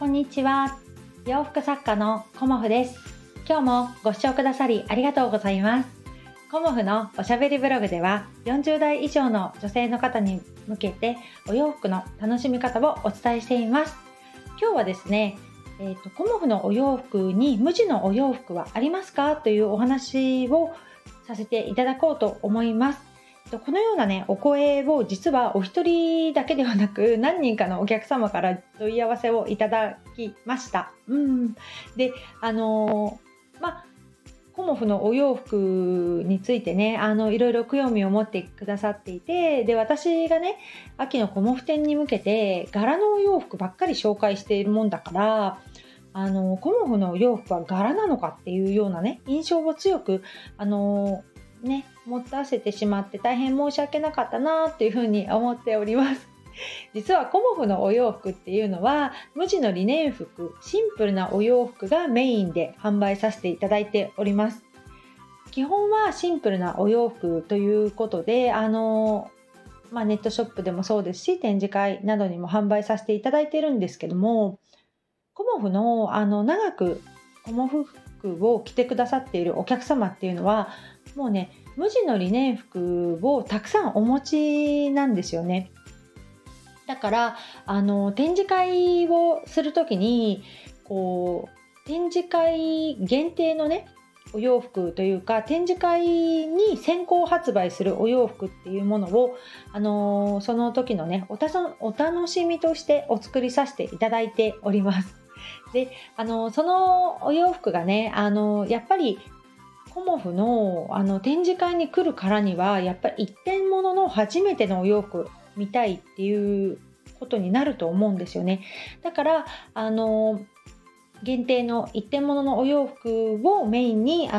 こんにちは。洋服作家のコモフです。今日もご視聴くださりありがとうございます。コモフのおしゃべりブログでは40代以上の女性の方に向けてお洋服の楽しみ方をお伝えしています。今日はですね、コモフのお洋服に無地のお洋服はありますかというお話をさせていただこうと思います。このようなね、お声を実はお一人だけではなく何人かのお客様から問い合わせをいただきました。で、コモフのお洋服についてね、いろいろ興味を持ってくださっていて、で、私がね、秋のコモフ展に向けて柄のお洋服ばっかり紹介しているもんだから、コモフのお洋服は柄なのかっていうようなね、印象を強く、持たせてしまって大変申し訳なかったなっていうふうに思っております。実はコモフのお洋服っていうのは無地のリネン服、シンプルなお洋服がメインで販売させていただいております。基本はシンプルなお洋服ということで、ネットショップでもそうですし、展示会などにも販売させていただいているんですけども、コモフの長くコモフ服を着てくださっているお客様っていうのはもうね、無地のリネン服をたくさんお持ちなんですよね。だから展示会をするときに展示会限定のねお洋服というか、展示会に先行発売するお洋服っていうものを、その時のねお楽しみとしてお作りさせていただいております。で、そのお洋服がね、やっぱりコモフの展示会に来るからにはやっぱり一点物の初めてのお洋服見たいっていうことになると思うんですよね。だから限定の一点物のお洋服をメインに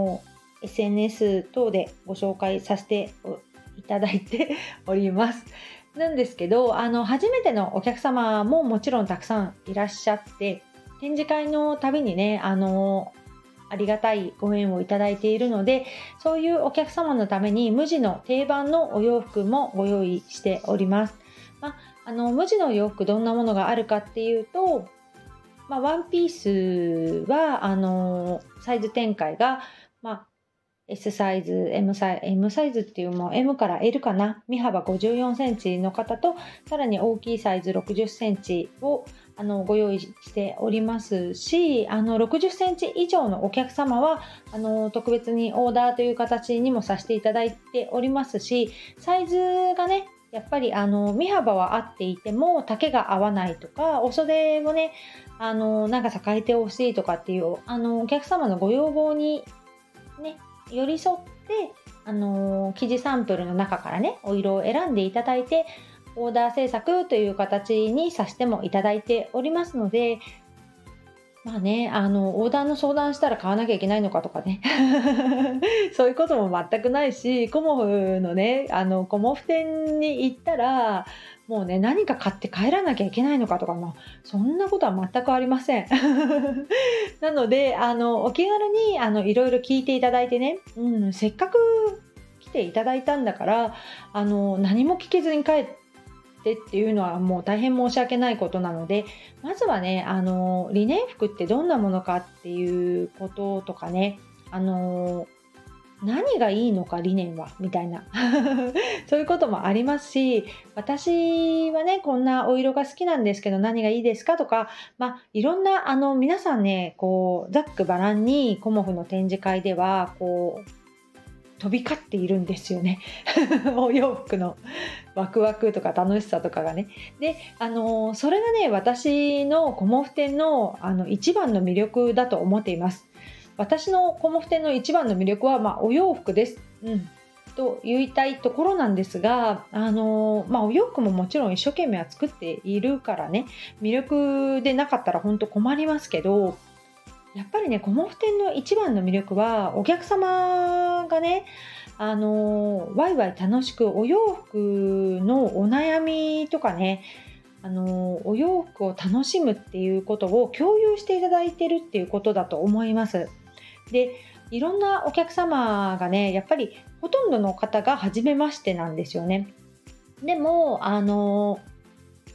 SNS 等でご紹介させていただいております。なんですけど初めてのお客様ももちろんたくさんいらっしゃって、展示会のたびにねありがたいご縁をいただいているので、そういうお客様のために無地の定番のお洋服もご用意しております。無地のお洋服どんなものがあるかっていうと、ワンピースはサイズ展開が、S サイズ、M サイズっていうもう M から L かな、身幅54センチの方と、さらに大きいサイズ60センチをご用意しておりますし、60センチ以上のお客様は特別にオーダーという形にもさせていただいておりますし、サイズがねやっぱり身幅は合っていても丈が合わないとか、お袖をね長さ変えてほしいとかっていうお客様のご要望にね寄り添って生地サンプルの中からねお色を選んでいただいてオーダー制作という形にさせてもいただいておりますので、オーダーの相談したら買わなきゃいけないのかとかねそういうことも全くないし、コモフのねコモフ店に行ったらもうね何か買って帰らなきゃいけないのかとかそんなことは全くありませんなのでお気軽にいろいろ聞いていただいてね、せっかく来ていただいたんだから何も聞けずに帰っていうのはもう大変申し訳ないことなので、まずはねリネン服ってどんなものかっていうこととかね、何がいいのかリネンはみたいなそういうこともありますし、私はねこんなお色が好きなんですけど何がいいですかとか、いろんな皆さんねざっくばらんにコモフの展示会では飛び交っているんですよねお洋服のワクワクとか楽しさとかがね。で、それがね私のコモフ展の一番の魅力だと思っています。私のコモフ展の一番の魅力は、お洋服です、と言いたいところなんですが、お洋服ももちろん一生懸命は作っているからね魅力でなかったら本当困りますけど、やっぱりねコモフ展の一番の魅力はお客様がねワイワイ楽しくお洋服のお悩みとかねお洋服を楽しむっていうことを共有していただいてるっていうことだと思います。で、いろんなお客様がねやっぱりほとんどの方が初めましてなんですよね。でも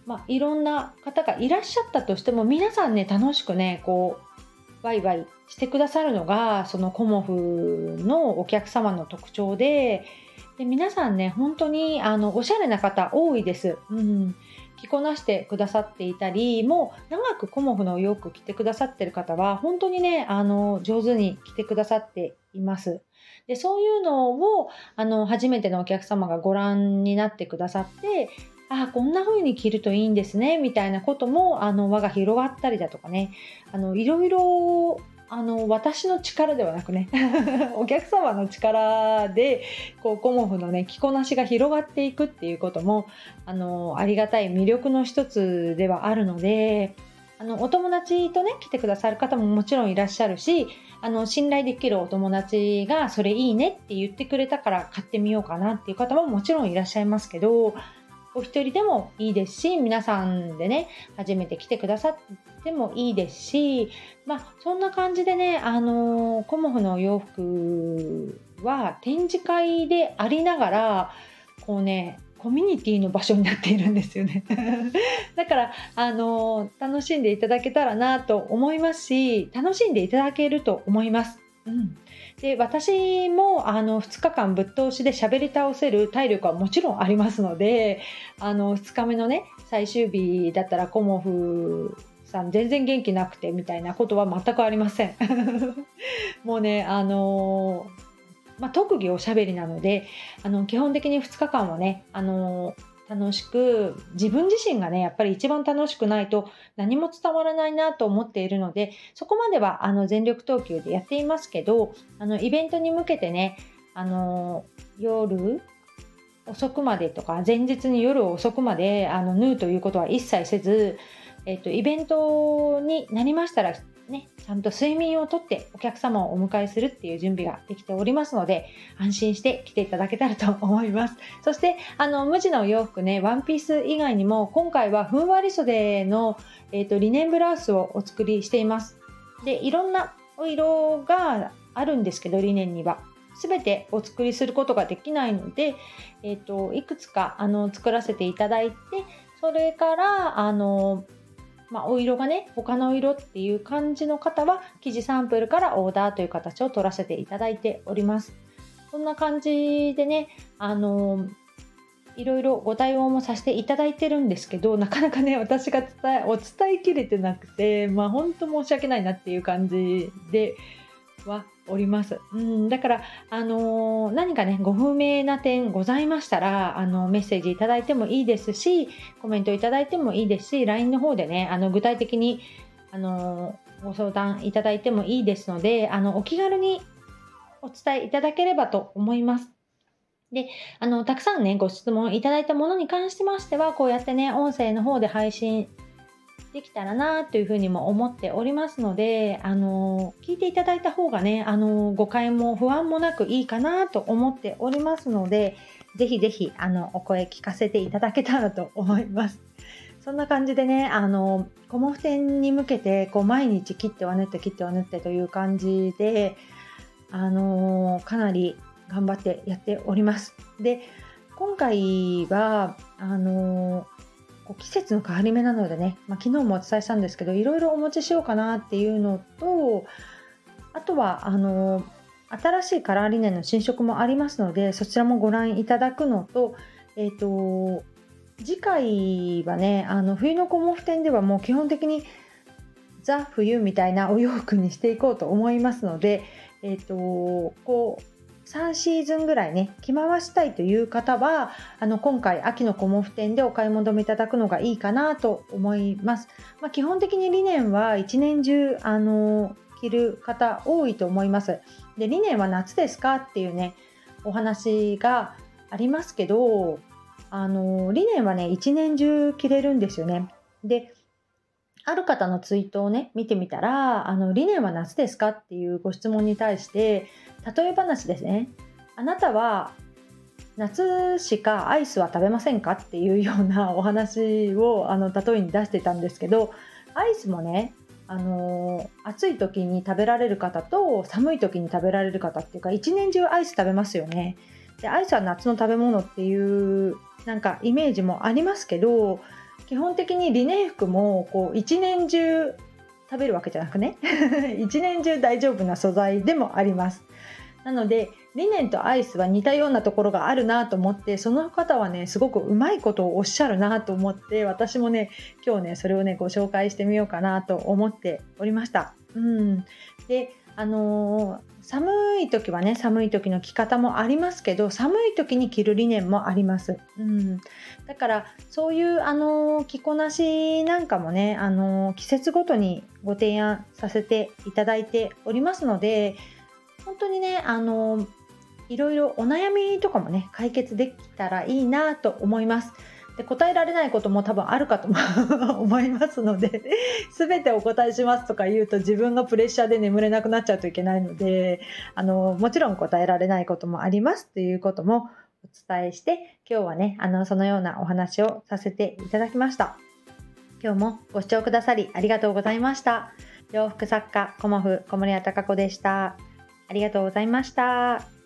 いろんな方がいらっしゃったとしても、皆さんね楽しくねワイワイしてくださるのがそのコモフのお客様の特徴で、皆さんね本当におしゃれな方多いです。着こなしてくださっていたり、もう長くコモフのお洋服着てくださってる方は本当にね上手に着てくださっています。でそういうのを初めてのお客様がご覧になってくださって、こんな風に着るといいんですねみたいなことも輪が広がったりだとかね、いろいろ私の力ではなくねお客様の力でコモフのね着こなしが広がっていくっていうこともありがたい魅力の一つではあるので、お友達とね来てくださる方ももちろんいらっしゃるし、信頼できるお友達がそれいいねって言ってくれたから買ってみようかなっていう方ももちろんいらっしゃいますけど、お一人でもいいですし、皆さんでね初めて来てくださってもいいですし、そんな感じでねコモフのお洋服は展示会でありながらコミュニティの場所になっているんですよねだから楽しんでいただけたらなと思いますし、楽しんでいただけると思います。で私も2日間ぶっ通しで喋り倒せる体力はもちろんありますので、2日目のね最終日だったらコモフさん全然元気なくてみたいなことは全くありませんもうね特技おしゃべりなので基本的に2日間はね楽しく、自分自身がねやっぱり一番楽しくないと何も伝わらないなと思っているので、そこまでは全力投球でやっていますけど、イベントに向けてね夜遅くまでとか前日に夜遅くまで縫うということは一切せず、イベントになりましたらね、ちゃんと睡眠をとってお客様をお迎えするっていう準備ができておりますので、安心して来ていただけたらと思います。そして無地のお洋服ね、ワンピース以外にも今回はふんわり袖の、リネンブラウスをお作りしています。でいろんなお色があるんですけど、リネンには全てお作りすることができないので、いくつか作らせていただいて、それからお色がね他の色っていう感じの方は生地サンプルからオーダーという形を取らせていただいております。そんな感じでねいろいろご対応もさせていただいてるんですけど、なかなかね私がお伝えきれてなくて、本当申し訳ないなっていう感じではおります。だから何かねご不明な点ございましたらメッセージいただいてもいいですし、コメントいただいてもいいですし、 LINE の方でね具体的にご相談いただいてもいいですので、お気軽にお伝えいただければと思います。でたくさんねご質問いただいたものに関してましては、こうやってね音声の方で配信できたらなというふうにも思っておりますので、聞いていただいた方がね誤解も不安もなくいいかなと思っておりますので、ぜひぜひお声聞かせていただけたらと思います。そんな感じでねコモフ展に向けて毎日切っては縫って切っては縫ってという感じでかなり頑張ってやっております。で今回は季節の変わり目なのでね、昨日もお伝えしたんですけど、いろいろお持ちしようかなっていうのと、あとは新しいカラーリネンの新色もありますので、そちらもご覧いただくのと、次回はね冬のコモフ展ではもう基本的にザ冬みたいなお洋服にしていこうと思いますので、3シーズンぐらいね着回したいという方は今回秋のコモフ展でお買い求めいただくのがいいかなと思います。基本的にリネンは一年中着る方多いと思います。でリネンは夏ですかっていうねお話がありますけど、リネンはね一年中着れるんですよね。である方のツイートをね見てみたらリネンは夏ですかっていうご質問に対して例え話ですね、あなたは夏しかアイスは食べませんかっていうようなお話を例えに出してたんですけど、アイスもね暑い時に食べられる方と寒い時に食べられる方っていうか一年中アイス食べますよね。でアイスは夏の食べ物っていうなんかイメージもありますけど、 基本的にリネン服もこう一年中食べるわけじゃなくね一年中大丈夫な素材でもあります。なのでリネンとアイスは似たようなところがあるなと思って、その方はねすごくうまいことをおっしゃるなと思って、私もね今日ねそれをねご紹介してみようかなと思っておりました。で寒い時はね寒い時の着方もありますけど、寒い時に着るリネンもあります。だからそういう着こなしなんかもね季節ごとにご提案させていただいておりますので、本当にねいろいろお悩みとかもね解決できたらいいなと思います。で答えられないことも多分あるかと思いますので全てお答えしますとか言うと自分がプレッシャーで眠れなくなっちゃうといけないので、もちろん答えられないこともありますということもお伝えして、今日はねそのようなお話をさせていただきました。今日もご視聴くださりありがとうございました。洋服作家コモフ小森屋隆子でした。ありがとうございました。